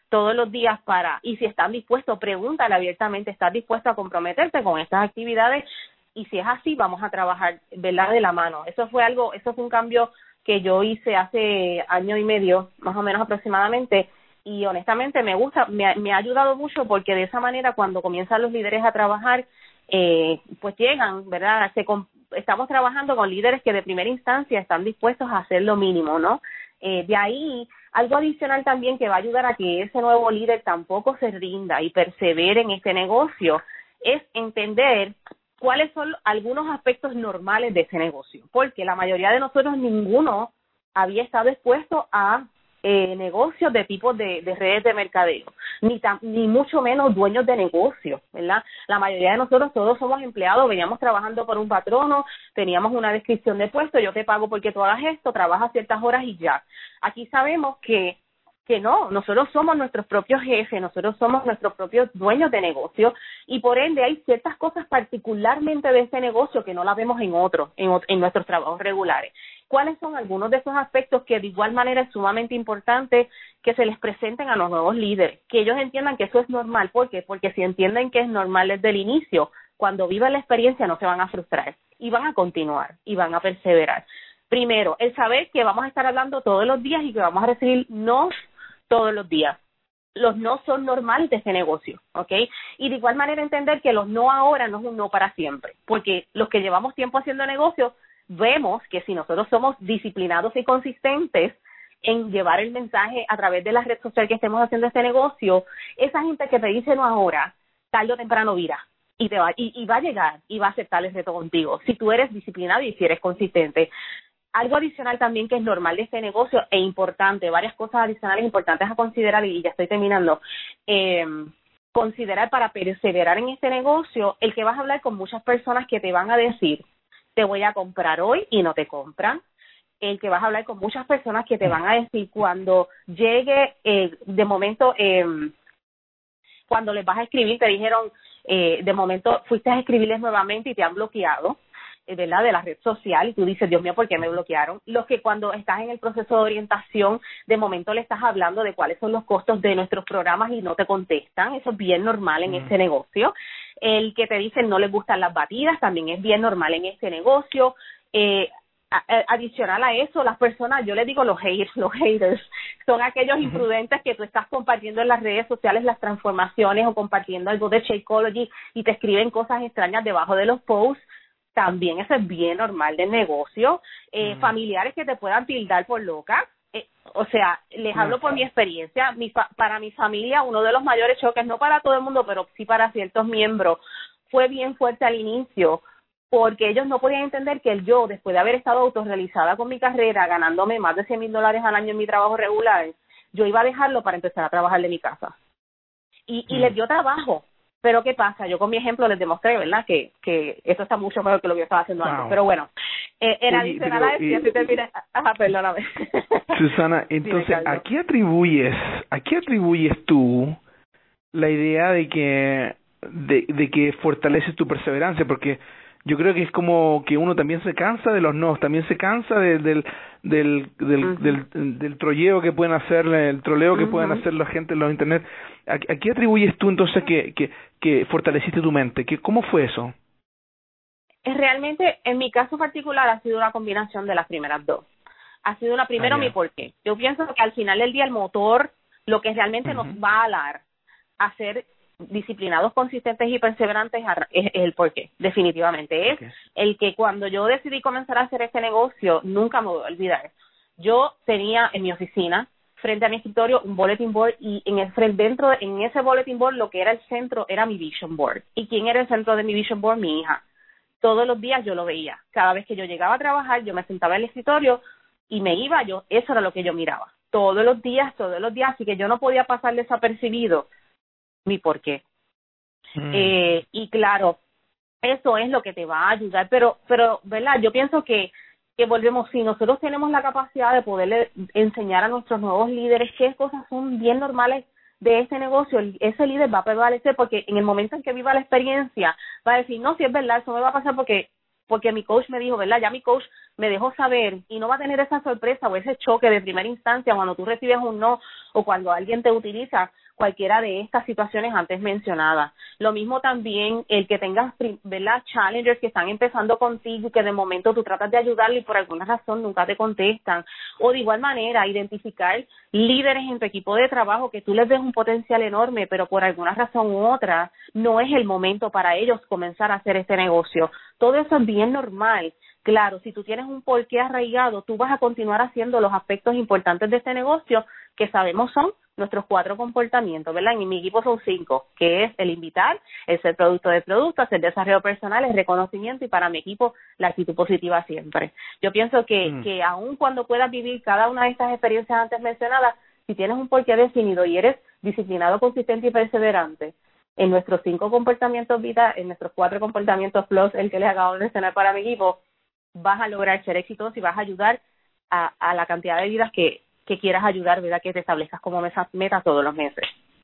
todos los días para, y si están dispuestos, pregúntale abiertamente, ¿estás dispuesto a comprometerte con estas actividades? Y si es así, vamos a trabajar, ¿verdad?, de la mano. Eso fue algo, eso fue un cambio que yo hice hace año y medio, más o menos aproximadamente, y honestamente me gusta, me ha, me ha ayudado mucho porque de esa manera cuando comienzan los líderes a trabajar, eh, pues llegan, ¿verdad? Se, estamos trabajando con líderes que de primera instancia están dispuestos a hacer lo mínimo, ¿no? Eh, de ahí, algo adicional también que va a ayudar a que ese nuevo líder tampoco se rinda y persevere en este negocio, es entender cuáles son algunos aspectos normales de ese negocio, porque la mayoría de nosotros, ninguno había estado expuesto a eh, negocios de tipo de, de redes de mercadeo, ni, tan, ni mucho menos dueños de negocios, ¿verdad? La mayoría de nosotros todos somos empleados, veníamos trabajando por un patrono, teníamos una descripción de puesto, yo te pago porque tú hagas esto, trabajas ciertas horas y ya. Aquí sabemos que que no, nosotros somos nuestros propios jefes, nosotros somos nuestros propios dueños de negocio y por ende hay ciertas cosas particularmente de este negocio que no las vemos en otros, en, en nuestros trabajos regulares. ¿Cuáles son algunos de esos aspectos que de igual manera es sumamente importante que se les presenten a los nuevos líderes? Que ellos entiendan que eso es normal. ¿Por qué? Porque si entienden que es normal desde el inicio, cuando vivan la experiencia no se van a frustrar y van a continuar y van a perseverar. Primero, el saber que vamos a estar hablando todos los días y que vamos a recibir no todos los días. Los no son normales de este negocio, ¿ok? Y de igual manera entender que los no ahora no es un no para siempre, porque los que llevamos tiempo haciendo negocios, vemos que si nosotros somos disciplinados y consistentes en llevar el mensaje a través de la red social que estemos haciendo este negocio, esa gente que te dice no ahora, tarde o temprano vira y te va, y, y va a llegar y va a aceptar el reto contigo, si tú eres disciplinado y si eres consistente. Algo adicional también que es normal de este negocio e importante, varias cosas adicionales importantes a considerar y ya estoy terminando, eh, considerar para perseverar en este negocio, el que vas a hablar con muchas personas que te van a decir, te voy a comprar hoy y no te compran, el que vas a hablar con muchas personas que te van a decir cuando llegue, eh, de momento, eh, cuando les vas a escribir, te dijeron, eh, de momento fuiste a escribirles nuevamente y te han bloqueado, ¿verdad?, de la red social, y tú dices, Dios mío, ¿por qué me bloquearon? Los que cuando estás en el proceso de orientación, de momento le estás hablando de cuáles son los costos de nuestros programas y no te contestan, eso es bien normal en mm. este negocio. El que te dicen no les gustan las batidas, también es bien normal en este negocio. Eh, a, a, adicional a eso, las personas, yo les digo los haters, los haters, son aquellos uh-huh. imprudentes que tú estás compartiendo en las redes sociales las transformaciones o compartiendo algo de Shakeology y te escriben cosas extrañas debajo de los posts. También eso es bien normal del negocio. Eh, mm. Familiares que te puedan tildar por loca. Eh, o sea, les hablo no, por mi experiencia. Mi fa- para mi familia, uno de los mayores choques, no para todo el mundo, pero sí para ciertos miembros, fue bien fuerte al inicio, porque ellos no podían entender que el yo, después de haber estado autorrealizada con mi carrera, ganándome más de cien mil dólares al año en mi trabajo regular, yo iba a dejarlo para empezar a trabajar de mi casa. Y, y mm. les dio trabajo. Pero ¿qué pasa? Yo con mi ejemplo les demostré, ¿verdad?, que que eso está mucho mejor que lo que yo estaba haciendo wow. antes. Pero bueno, eh, en Oye, adicional a eso, y así termina... Ajá, perdóname. Susana, entonces, sí, ¿a qué atribuyes, a qué atribuyes tú la idea de que de, de que fortaleces tu perseverancia? Porque yo creo que es como que uno también se cansa de los no, también se cansa de, del del del, uh-huh. del del trolleo que pueden hacer, el troleo que uh-huh. pueden hacer la gente en los internet. ¿A, a qué atribuyes tú entonces que, que, que fortaleciste tu mente? ¿Qué, ¿Cómo fue eso? Realmente, en mi caso particular, ha sido una combinación de las primeras dos. Ha sido una primero ah, mi porqué. Yo pienso que al final del día el motor, lo que realmente uh-huh. nos va a dar a ser disciplinados, consistentes y perseverantes es, es el porqué, definitivamente. Es okay. el que cuando yo decidí comenzar a hacer este negocio, nunca me voy a olvidar. Yo tenía en mi oficina, frente a mi escritorio, un bulletin board y en el dentro de, en ese bulletin board lo que era el centro era mi vision board. ¿Y quién era el centro de mi vision board? Mi hija. Todos los días yo lo veía. Cada vez que yo llegaba a trabajar, yo me sentaba en el escritorio y me iba yo. Eso era lo que yo miraba. Todos los días, todos los días. Así que yo no podía pasar desapercibido mi por qué. Mm. Eh, y claro, eso es lo que te va a ayudar. Pero, pero ¿verdad? Yo pienso que que volvemos, si nosotros tenemos la capacidad de poderle enseñar a nuestros nuevos líderes qué cosas son bien normales de este negocio, ese líder va a prevalecer porque en el momento en que viva la experiencia va a decir, no, si es verdad, eso me va a pasar porque porque mi coach me dijo, ¿verdad? Ya mi coach me dejó saber y no va a tener esa sorpresa o ese choque de primera instancia cuando tú recibes un no o cuando alguien te utiliza cualquiera de estas situaciones antes mencionadas. Lo mismo también el que tengas, ¿verdad? Challengers que están empezando contigo y que de momento tú tratas de ayudarle y por alguna razón nunca te contestan. O de igual manera, identificar líderes en tu equipo de trabajo que tú les ves un potencial enorme, pero por alguna razón u otra no es el momento para ellos comenzar a hacer este negocio. Todo eso es bien normal. Claro, si tú tienes un porqué arraigado, tú vas a continuar haciendo los aspectos importantes de este negocio que sabemos son nuestros cuatro comportamientos, ¿verdad? En mi equipo son cinco, que es el invitar, el ser producto de producto, hacer desarrollo personal, el reconocimiento y para mi equipo la actitud positiva siempre. Yo pienso que, mm. que aun cuando puedas vivir cada una de estas experiencias antes mencionadas, si tienes un porqué definido y eres disciplinado, consistente y perseverante, en nuestros cinco comportamientos vitales, en nuestros cuatro comportamientos plus, el que les acabo de mencionar para mi equipo, vas a lograr ser exitoso y vas a ayudar a, a la cantidad de vidas que, que quieras ayudar, ¿verdad? Que te establezcas como meta, meta todos los meses.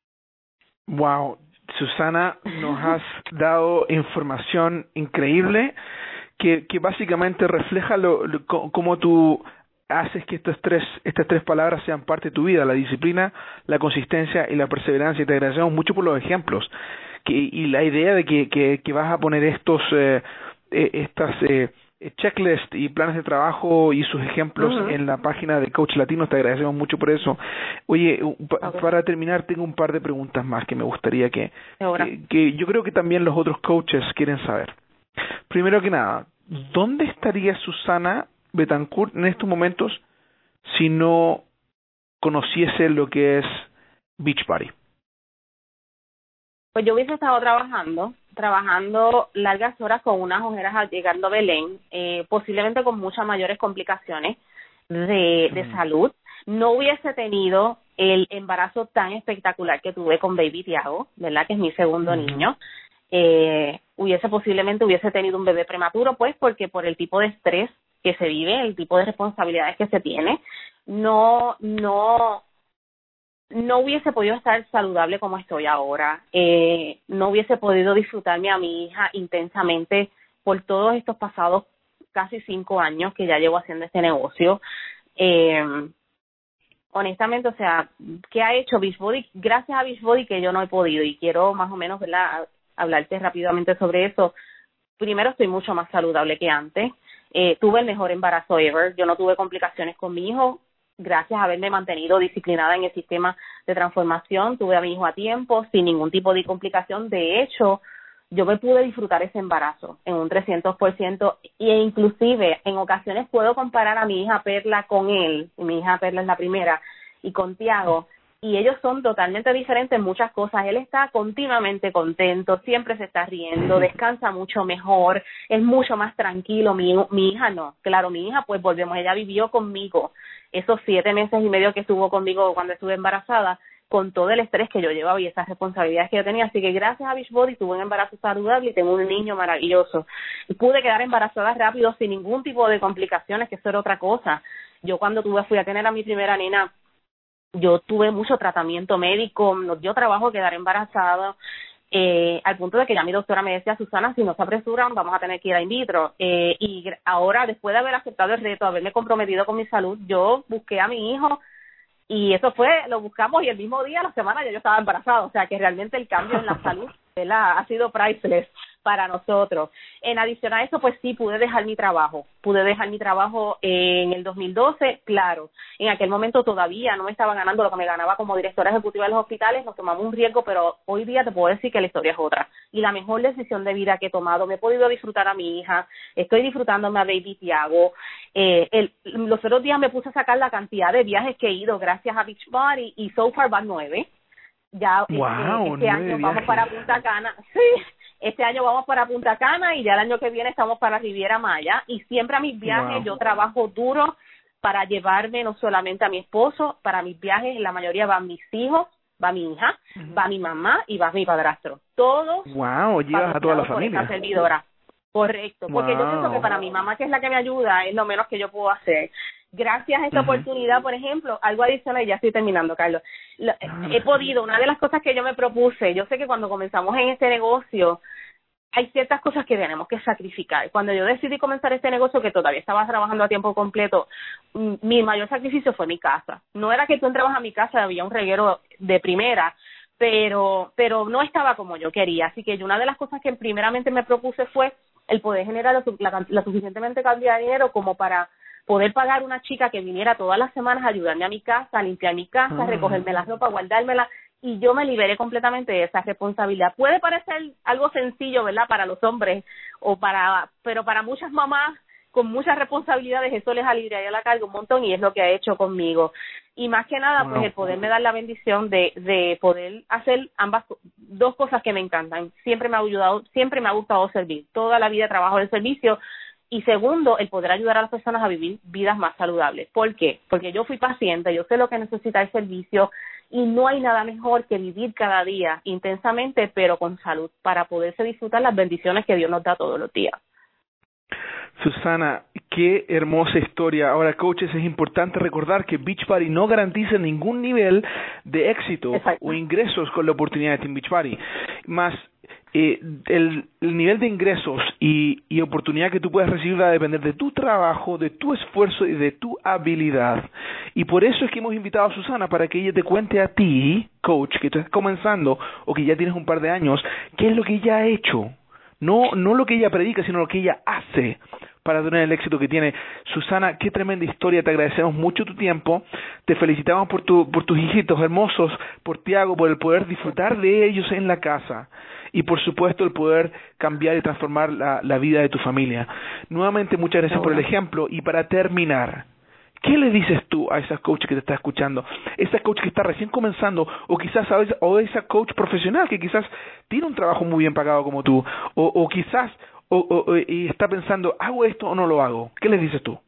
Wow, Susana, nos has dado información increíble que, que básicamente refleja lo, lo, cómo tú haces que estos tres, estas tres palabras sean parte de tu vida, la disciplina, la consistencia y la perseverancia. Y te agradecemos mucho por los ejemplos que, y la idea de que, que, que vas a poner estos, eh, estas eh, checklist y planes de trabajo y sus ejemplos uh-huh. en la página de Coach Latino. Te agradecemos mucho por eso. Oye, pa- okay. para terminar tengo un par de preguntas más que me gustaría que, que, que yo creo que también los otros coaches quieren saber. Primero que nada, ¿dónde estaría Susana Betancourt en estos momentos si no conociese lo que es Beachbody? Pues yo hubiese estado trabajando, trabajando largas horas con unas ojeras llegando a Belén, eh, posiblemente con muchas mayores complicaciones de, de mm. salud. No hubiese tenido el embarazo tan espectacular que tuve con Baby Tiago, ¿verdad? Que es mi segundo mm. niño. Eh, hubiese posiblemente hubiese tenido un bebé prematuro, pues, porque por el tipo de estrés que se vive, el tipo de responsabilidades que se tiene, no, no... no hubiese podido estar saludable como estoy ahora, eh, no hubiese podido disfrutarme a mi hija intensamente por todos estos pasados casi cinco años que ya llevo haciendo este negocio. Eh, honestamente, o sea, ¿qué ha hecho Beachbody? Gracias a Beachbody que yo no he podido y quiero más o menos, ¿verdad?, hablarte rápidamente sobre eso. Primero, estoy mucho más saludable que antes. Eh, tuve el mejor embarazo ever. Yo no tuve complicaciones con mi hijo. Gracias a haberme mantenido disciplinada en el sistema de transformación, tuve a mi hijo a tiempo, sin ningún tipo de complicación. De hecho, yo me pude disfrutar ese embarazo en un trescientos por ciento e inclusive en ocasiones puedo comparar a mi hija Perla con él, y mi hija Perla es la primera, y con Tiago, y ellos son totalmente diferentes en muchas cosas. Él está continuamente contento, siempre se está riendo, descansa mucho mejor, es mucho más tranquilo. Mi, mi hija no, claro, mi hija pues volvemos, ella vivió conmigo esos siete meses y medio que estuvo conmigo cuando estuve embarazada, con todo el estrés que yo llevaba y esas responsabilidades que yo tenía. Así que gracias a Beachbody tuve un embarazo saludable y tengo un niño maravilloso. Y pude quedar embarazada rápido sin ningún tipo de complicaciones, que eso era otra cosa. Yo cuando tuve fui a tener a mi primera nena, yo tuve mucho tratamiento médico, nos dio trabajo quedar embarazada, eh, al punto de que ya mi doctora me decía, Susana, si no se apresuran, vamos a tener que ir a in vitro. Eh, y ahora, después de haber aceptado el reto, haberme comprometido con mi salud, yo busqué a mi hijo y eso fue, lo buscamos y el mismo día, la semana, ya yo estaba embarazada. O sea, que realmente el cambio en la salud, ¿verdad?, ha sido priceless para nosotros. En adición a eso, pues sí, pude dejar mi trabajo. Pude dejar mi trabajo en el dos mil doce, claro. En aquel momento todavía no me estaba ganando lo que me ganaba como directora ejecutiva de los hospitales, nos tomamos un riesgo, pero hoy día te puedo decir que la historia es otra. Y la mejor decisión de vida que he tomado, me he podido disfrutar a mi hija, estoy disfrutándome a Baby Tiago. Eh, el, los otros días me puse a sacar la cantidad de viajes que he ido gracias a Beachbody y so far van nueve. Ya wow, este, este año viajes. Vamos para Punta Cana. Sí. Este año vamos para Punta Cana y ya el año que viene estamos para Riviera Maya. Y siempre a mis viajes wow. yo trabajo duro para llevarme no solamente a mi esposo, para mis viajes la mayoría van mis hijos, va mi hija, uh-huh. va mi mamá y va mi padrastro. Todos wow, llevas a toda la familia. Esta servidora. Correcto, porque wow. yo pienso que para mi mamá, que es la que me ayuda, es lo menos que yo puedo hacer. Gracias a esta uh-huh. oportunidad, por ejemplo, algo adicional, y ya estoy terminando, Carlos, lo, uh-huh. he podido, una de las cosas que yo me propuse, yo sé que cuando comenzamos en este negocio, hay ciertas cosas que tenemos que sacrificar. Cuando yo decidí comenzar este negocio, que todavía estaba trabajando a tiempo completo, mi mayor sacrificio fue mi casa. No era que tú entrabas a mi casa, había un reguero de primera, pero pero no estaba como yo quería. Así que una de las cosas que primeramente me propuse fue el poder generar la, la, la suficientemente cantidad de dinero como para poder pagar una chica que viniera todas las semanas a ayudarme a mi casa, a limpiar mi casa, a recogerme la ropa, guardármela, y yo me liberé completamente de esa responsabilidad. Puede parecer algo sencillo, ¿verdad?, para los hombres, o para pero para muchas mamás con muchas responsabilidades eso les aliviaría la carga un montón, y es lo que ha hecho conmigo. Y más que nada, pues el poderme dar la bendición de de poder hacer ambas dos cosas que me encantan. Siempre me ha ayudado, siempre me ha gustado servir. Toda la vida trabajo en servicio. Y segundo, el poder ayudar a las personas a vivir vidas más saludables. ¿Por qué? Porque yo fui paciente, yo sé lo que necesita el servicio, y no hay nada mejor que vivir cada día intensamente, pero con salud, para poderse disfrutar las bendiciones que Dios nos da todos los días. Susana, qué hermosa historia. Ahora, coaches, es importante recordar que Beachbody no garantiza ningún nivel de éxito Exacto. o ingresos con la oportunidad de Team Beachbody. Más, eh, el, el nivel de ingresos y, y oportunidad que tú puedes recibir va a depender de tu trabajo, de tu esfuerzo y de tu habilidad. Y por eso es que hemos invitado a Susana para que ella te cuente a ti, coach, que tú estás comenzando o que ya tienes un par de años, qué es lo que ella ha hecho. No, no lo que ella predica, sino lo que ella hace para tener el éxito que tiene. Susana, qué tremenda historia, te agradecemos mucho tu tiempo, te felicitamos por tu, por tus hijitos hermosos, por Tiago, por el poder disfrutar de ellos en la casa y por supuesto el poder cambiar y transformar la, la vida de tu familia. Nuevamente muchas gracias por el ejemplo, y para terminar, ¿qué le dices tú a esa coach que te está escuchando? Esa coach que está recién comenzando, o quizás a esa, o esa coach profesional que quizás tiene un trabajo muy bien pagado como tú, o, o quizás o, o, y está pensando, ¿hago esto o no lo hago? ¿Qué les dices tú?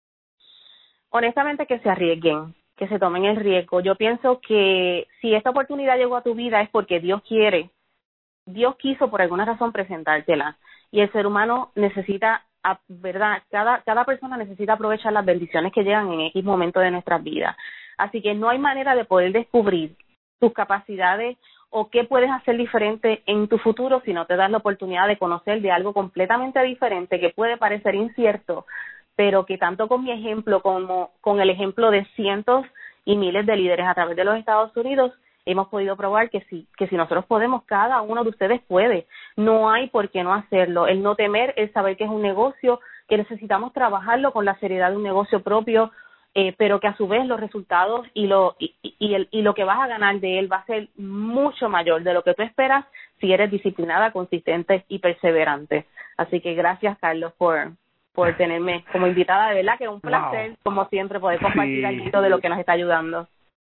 Honestamente, que se arriesguen, que se tomen el riesgo. Yo pienso que si esta oportunidad llegó a tu vida es porque Dios quiere, Dios quiso por alguna razón presentártela, y el ser humano necesita, verdad, cada cada persona necesita aprovechar las bendiciones que llegan en X momento de nuestras vidas. Así que no hay manera de poder descubrir tus capacidades o qué puedes hacer diferente en tu futuro si no te das la oportunidad de conocer de algo completamente diferente que puede parecer incierto, pero que tanto con mi ejemplo como con el ejemplo de cientos y miles de líderes a través de los Estados Unidos hemos podido probar que si, que si nosotros podemos, cada uno de ustedes puede. No hay por qué no hacerlo. El no temer, el saber que es un negocio, que necesitamos trabajarlo con la seriedad de un negocio propio, eh, pero que a su vez los resultados y lo, y, y, el, y lo que vas a ganar de él va a ser mucho mayor de lo que tú esperas si eres disciplinada, consistente y perseverante. Así que gracias, Carlos, por, por tenerme como invitada. De verdad que es un placer, wow, como siempre, poder compartir sí. algo de lo que nos está ayudando.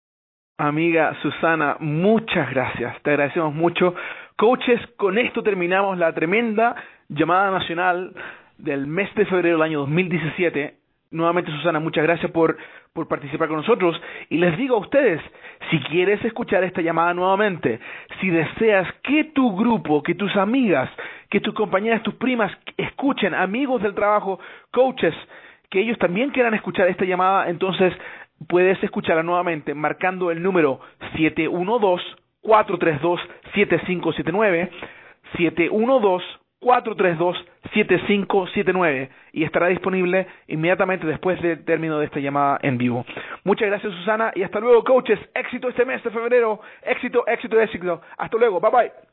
Amiga Susana, muchas gracias, te agradecemos mucho. Coaches, con esto terminamos la tremenda llamada nacional del mes de febrero del año dos mil diecisiete. Nuevamente, Susana, muchas gracias por, por participar con nosotros. Y les digo a ustedes, si quieres escuchar esta llamada nuevamente, si deseas que tu grupo, que tus amigas, que tus compañeras, tus primas escuchen, amigos del trabajo, coaches, que ellos también quieran escuchar esta llamada, entonces puedes escucharla nuevamente marcando el número siete uno dos, cuatro tres dos, siete cinco siete nueve, siete uno dos, cuatro tres dos, siete cinco siete nueve, y estará disponible inmediatamente después del término de esta llamada en vivo. Muchas gracias, Susana, y hasta luego, coaches. Éxito este mes de febrero. Éxito, éxito, éxito. Hasta luego. Bye bye.